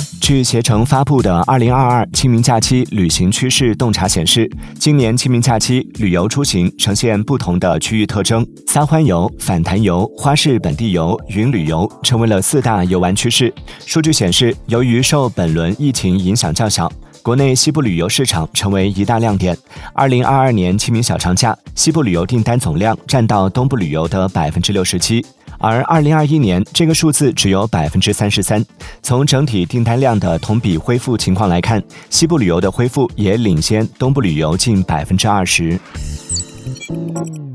据携程发布的2022清明假期旅行趋势洞察显示，今年清明假期旅游出行呈现不同的区域特征，撒欢游、反弹游、花式本地游、云旅游成为了4大游玩趋势。数据显示，由于受本轮疫情影响较小，国内西部旅游市场成为一大亮点。2022年清明小长假，西部旅游订单总量占到东部旅游的67%。而2021年这个数字只有33%。从整体订单量的同比恢复情况来看，西部旅游的恢复也领先东部旅游近20%。